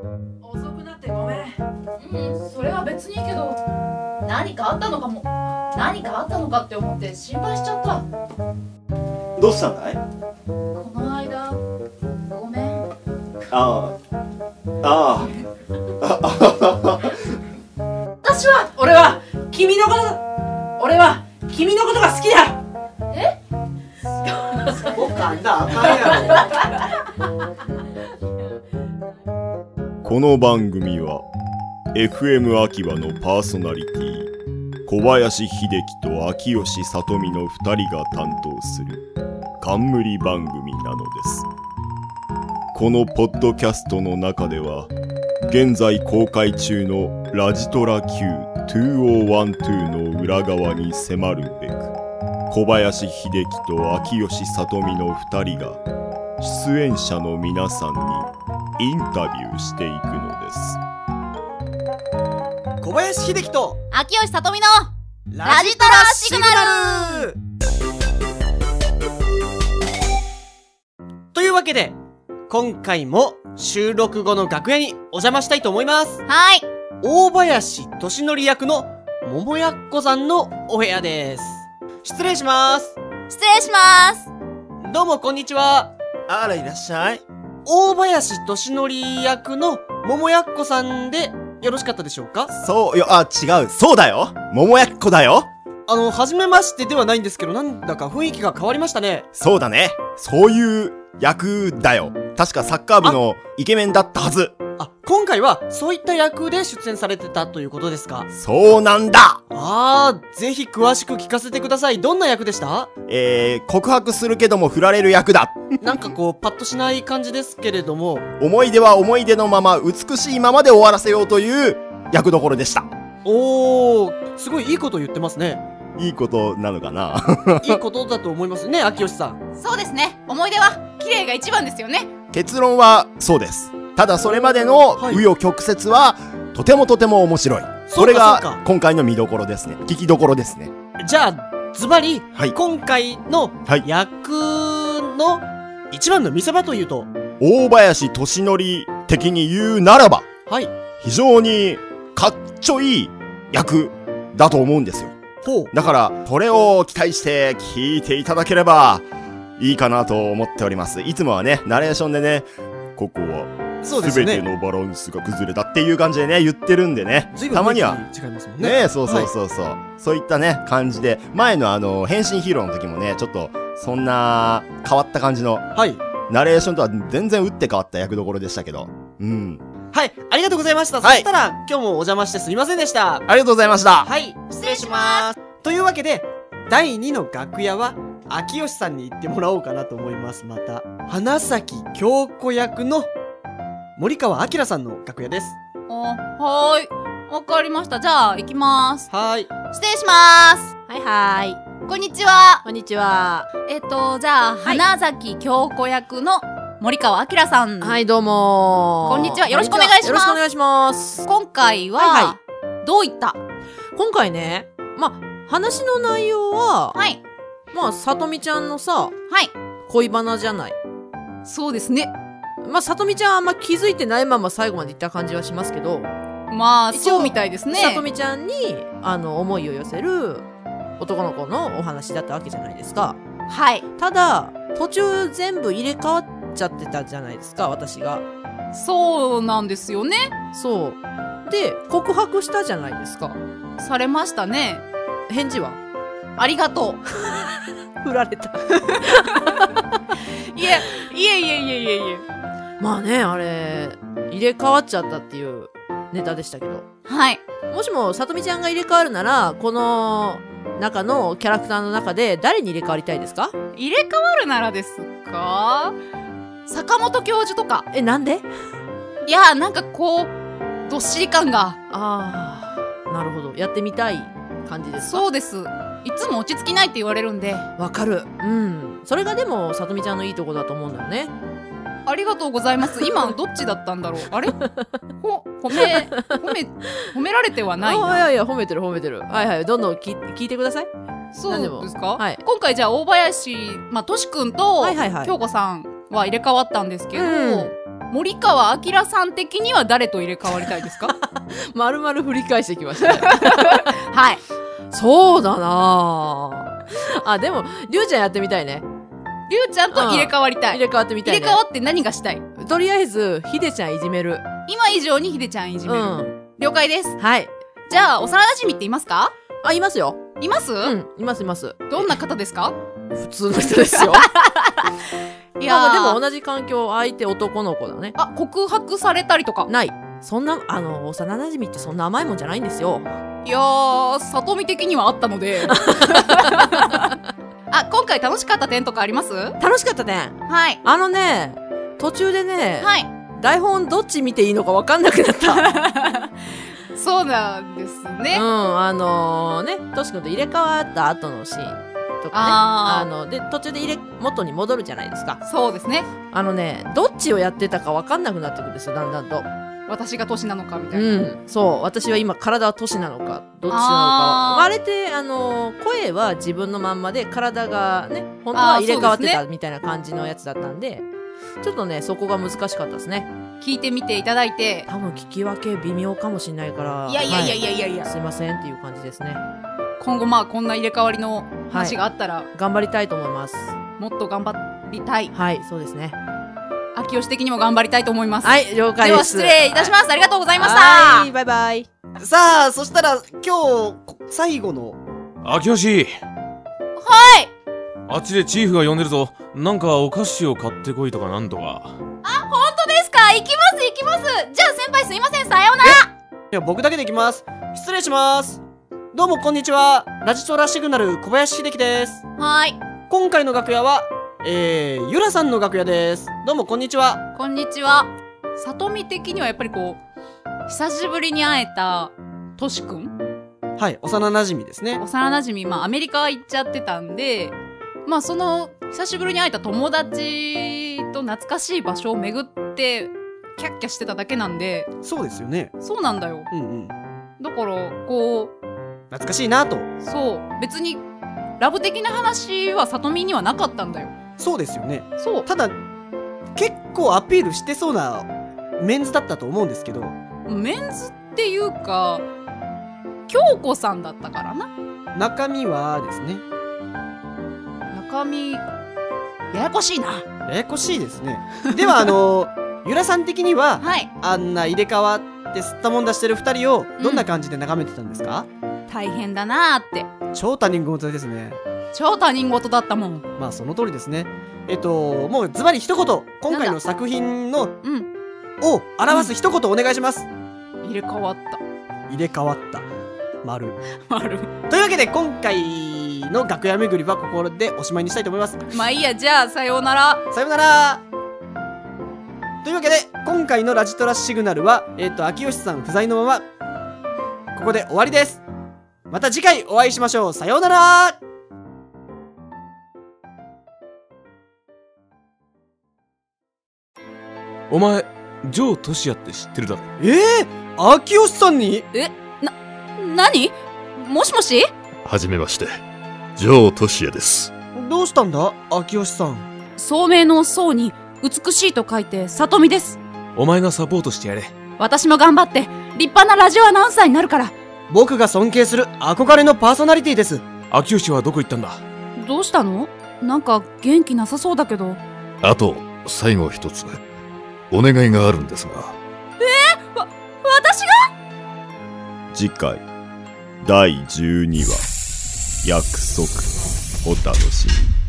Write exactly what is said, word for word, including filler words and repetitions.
遅くなってごめん。 うん、それは別にいいけど、何かあったのかも。何かあったのかって思って心配しちゃった。 どうしたんだい？ この間ごめん。 ああああ私は俺は君のこと俺は君のことが好きだ。 え？ そうかんだあかんやろ。 この番組は エフエム 秋葉のパーソナリティ小林秀樹と秋吉里美のふたりが担当する冠番組なのです。このポッドキャストの中では現在公開中のラジトラ キューにせんじゅうにの裏側に迫るべく小林秀樹と秋吉里美のふたりが出演者の皆さんにインタビューしていくのです。 小林秀樹と秋吉里美のラジトラシグナルというわけで今回も収録後の楽屋にお邪魔したいと思います。 はい。 大林俊則役の桃やっこさんのお部屋です。失礼します。 失礼します。 どうもこんにちは。 あらいらっしゃい。 大林俊則役の桃やっこさんでよろしかったでしょうか？ そうよ、あ、違う。そうだよ。桃やっこだよ。 あの、初めましてではないんですけど、なんだか雰囲気が変わりましたね。 そうだね。そういう役だよ。確かサッカー部のイケメンだったはず。 あ、今回はそういった役で出演されてたということですか？ そうなんだ。 あー、ぜひ詳しく聞かせてください。どんな役でした？ えー、告白するけども振られる役だ。 なんかこう、パッとしない感じですけれども。 思い出は思い出のまま、美しいままで終わらせようという役どころでした。 おー、すごいいいこと言ってますね。 いいことなのかないいことだと思いますね、秋吉さん。 そうですね。思い出は綺麗が一番ですよね。 結論はそうです。ただそれまでの紆余曲折は、とてもとても面白い。それが今回の見どころですね。聞きどころですね。 じゃあズバリ、 はい、 今回の役の一番の見せ場というと、 大林俊則的に言うならば、 はい、 非常にかっちょいい役だと思うんですよ。 ほう。 だからそれを期待して聞いていただければいいかなと思っております。いつもはね、ナレーションでね、ここはすべてのバランスが崩れたっていう感じでね、言ってるんでね、たまには違いますもんね。 ね、そうそうそうそう、はい、そういったね感じで、前のあの変身ヒーローの時もね、ちょっとそんな変わった感じの、 はい、 ナレーションとは全然打って変わった役どころでしたけど、うん、 はい、ありがとうございました。 はい、 そしたら今日もお邪魔してすみませんでした。 ありがとうございました。 はい、失礼します。というわけでだいにの楽屋は秋吉さんに行ってもらおうかなと思います。また花咲京子役の森川明さんの楽屋です。 あ、はーい、わかりました。じゃあ行きます。 はーい、 失礼します。 はいはーい、 こんにちは。 こんにちは。 えっとじゃあ、はい、花咲京子役の森川明さん。 はい、どうもこんにちは。よろしくお願いします。 よろしくお願いします。 今回は、はいはい、どういった今回ね、ま、話の内容は、 はい、 まあ、さとみちゃんのさ、 はい、 恋バナじゃない。 そうですね。 まあ、さとみちゃんはあんま気づいてないまま最後までいった感じはしますけど、 まあそうみたいですね。 さとみちゃんにあの思いを寄せる男の子のお話だったわけじゃないですか。 はい。 ただ途中全部入れ替わっちゃってたじゃないですか、私が。 そうなんですよね。 そうで告白したじゃないですか。 されましたね。 返事はありがとう。 振られた。 いえいえいえいえいえいえ。 まあね、あれ入れ替わっちゃったっていうネタでしたけど、 はい、 もしもさとみちゃんが入れ替わるなら、この中のキャラクターの中で誰に入れ替わりたいですか？ 入れ替わるならですか？坂本教授とか。 え、なんで？ いや、なんかこうどっしり感が。 あー、なるほど。やってみたい感じですか？ そうです。いつも落ち着きないって言われるんで。 わかる。うん、それがでもさとみちゃんのいいとこだと思うんだよね。 ありがとうございます。今どっちだったんだろう。あれ？ほ褒め褒め褒められてはないな。 いやいや、褒めてる褒めてる。はいはい、どんどんき聞いてください。 そうですか？ はい、 今回じゃあ大林、まあ、としくんとはいはいはい、 京子さんは入れ替わったんですけど、うん、 森川明さん的には誰と入れ替わりたいですか？ まるまる振り返してきましたね。 はい。 そうだなぁ。あ、でも、りゅうちゃんやってみたいね。 りゅうちゃんと入れ替わりたい。 入れ替わってみたいね。 入れ替わって何がしたい？ とりあえず、ひでちゃんいじめる。 今以上にひでちゃんいじめる。 うん。 了解です。 はい。 じゃあ、幼馴染っていますか？ あ、いますよ。 います？ うん、いますいます。 どんな方ですか？ 普通の人ですよ。 いやー、 まあでも同じ環境、相手男の子だね。 あ、告白されたりとか。 ない。そんな、あの、幼馴染ってそんな甘いもんじゃないんですよ。 いやー、里見的にはあったので。あ、今回楽しかった点とかあります？ 楽しかったね。 はい。 あのね、途中でね、 はい。 台本どっち見ていいのか分かんなくなった。 そうなんですね。 うん、あのー、ね、とし君と入れ替わった後のシーンとかね。 ああの、で、途中で入れ、元に戻るじゃないですか。 そうですね。 あのね、どっちをやってたか分かんなくなってくるんですよ、だんだんと。 私が年なのかみたいな。 うん、そう。私は今、体は年なのか、どっちなのか。 あーあれって、あのー、声は自分のまんまで、体がね、本当は入れ替わってたみたいな感じのやつだったんで、ちょっとね、そこが難しかったですね。 聞いてみていただいて。 多分聞き分け微妙かもしれないから。 いやいやいやいやいやいや、 はい、すいませんっていう感じですね。 今後まあこんな入れ替わりの話があったら、はい、 頑張りたいと思います。 もっと頑張りたい。 はい、そうですね。 秋吉的にも頑張りたいと思います。 はい、了解です。 では失礼いたします。ありがとうございました。 はい、バイバイ。 さあ、そしたら今日最後の秋吉。 はい。 あっちでチーフが呼んでるぞ。なんかお菓子を買ってこいとかなんとか。 あ、本当ですか？行きます行きます。じゃあ先輩すいません、さようなら。 いや、僕だけで行きます。失礼します。どうもこんにちは。ラジトラシグナル小林秀樹です。 はい。 今回の楽屋はえー、ゆらさんの楽屋です。どうもこんにちは。 こんにちは。里見的にはやっぱりこう久しぶりに会えたとしくん。 はい、幼馴染ですね。 幼馴染、まあアメリカ行っちゃってたんで、まあその久しぶりに会えた友達と懐かしい場所を巡ってキャッキャしてただけなんで。 そうですよね。 そうなんだよ。 うんうん。 だからこう懐かしいなと。 そう、別にラブ的な話は里見にはなかったんだよ。 そうですよね。 そう。 ただ結構アピールしてそうなメンズだったと思うんですけど。 メンズっていうか京子さんだったからな。 中身はですね。 中身ややこしいな。 ややこしいですね。ではあのゆらさん的には、 はい、 あんな入れ替わって吸ったもんだしてる二人をどんな感じで眺めてたんですか？ うん、大変だなーって。 超他人事ですね。 超他人事だったもん。 まあその通りですね。えっともうズバリ一言、今回の作品の、うん、を表す一言お願いします。 うん、入れ替わった。 入れ替わった。丸。 丸。 というわけで今回の楽屋巡りはここでおしまいにしたいと思います。 まあいいや、じゃあさようなら。 さようなら。というわけで今回のラジトラシグナルはえっと秋吉さん不在のままここで終わりです。また次回お会いしましょう。さようなら。 お前ジョー・トシヤって知ってるだろ？ ええー、秋吉さんに？ え、な、なに？もしもし？ はじめまして、ジョー・トシヤです。 どうしたんだ秋吉さん？ 聡明の聡に美しいと書いて里見です。 お前がサポートしてやれ。 私も頑張って立派なラジオアナウンサーになるから。 僕が尊敬する憧れのパーソナリティです。 秋吉はどこ行ったんだ？ どうしたの？なんか元気なさそうだけど。 あと最後一つお願いがあるんですが。 えー、わ、私が？ 次回だいじゅうにわ約束お楽しみに。